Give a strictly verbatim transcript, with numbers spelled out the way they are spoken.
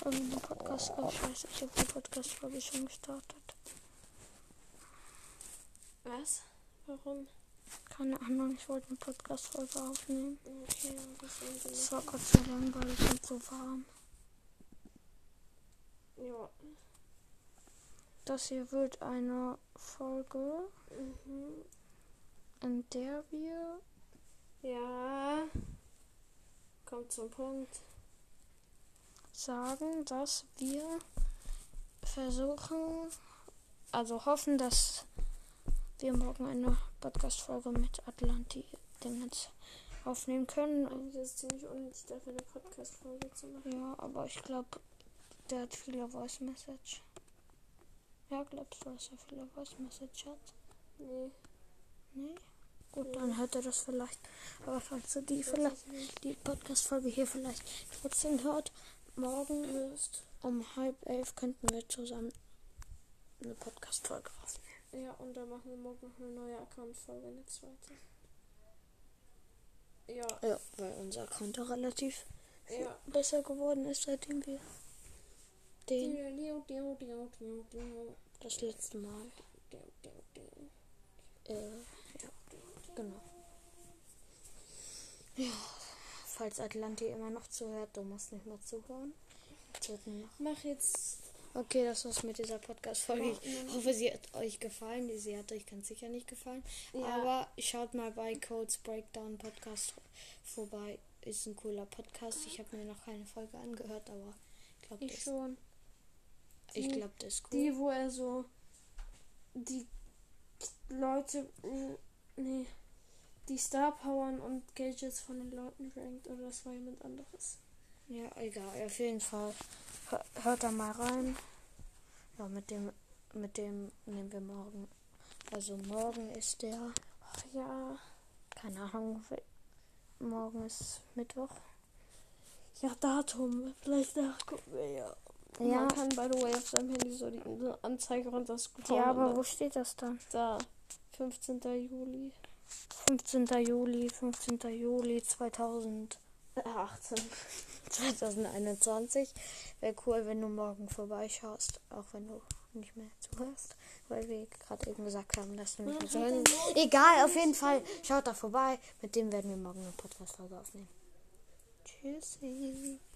irgendeine Podcast. Oh, scheiße, ich habe die Podcast-Folge schon gestartet. Was? Warum? Keine Ahnung, ich wollte eine Podcast-Folge aufnehmen. Okay, was sollen wir Es machen? war Gott sei Dank, weil es nicht so warm. Ja. Das hier wird eine Folge, Mhm. in der wir Ja. Kommt zum Punkt. sagen, dass wir versuchen, also hoffen, dass wir morgen eine Podcast-Folge mit Atlanti-Dingens aufnehmen können. Eigentlich ist es ziemlich unnötig, dafür eine Podcast-Folge zu machen. Ja, aber ich glaube, der hat viele Voice Message. Ja, glaubst du, dass er viele Voice Message hat? Nee. Nee? Gut, Nee. dann hört er das vielleicht. Aber falls du die weiß vielleicht, ich nicht. die Podcast-Folge hier vielleicht trotzdem hört, morgen Hörst. um halb elf könnten wir zusammen eine Podcast-Folge aufnehmen. Ja, und dann machen wir morgen noch eine neue Account-Folge, eine zweite. Ja. Ja, weil unser Account auch relativ Ja. besser geworden ist, seitdem wir den das letzte Mal. Äh, ja, genau. Ja, falls Atlanti immer noch zuhört, du musst nicht mehr zuhören. Jetzt wird nur noch- Mach jetzt. Okay, das war's mit dieser Podcast-Folge. Ja, Ich ja. hoffe, sie hat euch gefallen. Sie hat euch ganz sicher nicht gefallen. Ja. Aber schaut mal bei Codes Breakdown Podcast vorbei. Ist ein cooler Podcast. Ich habe mir noch keine Folge angehört, aber ich glaube, Ich das, schon. ich Die- glaub, das ist cool. Die, wo er so die Leute, äh, nee, die Star Powern und Gadgets von den Leuten rankt, oder das war jemand anderes. Ja, egal. Auf jeden Fall. Hör- Hört da mal rein. Ja, mit dem, mit dem nehmen wir morgen. Also morgen ist der, Ach ja. keine Ahnung, we- morgen ist Mittwoch. Ja, Datum. Vielleicht nachgucken wir ja. Ja. Man kann, by the way, auf seinem Handy so die so Anzeige runter scrollen. Ja, aber und wo steht das dann? dann da. fünfzehnter Juli. fünfzehnter Juli, fünfzehnter Juli zweitausend, achtzehn. zweitausendeinundzwanzig. Wäre cool, wenn du morgen vorbeischaust, auch wenn du nicht mehr zuhörst, weil wir gerade eben gesagt haben, dass du nicht mehr zuhörst. Egal, auf jeden Fall, schaut da vorbei. Mit dem werden wir morgen eine Podcast-Folge aufnehmen. Tschüssi.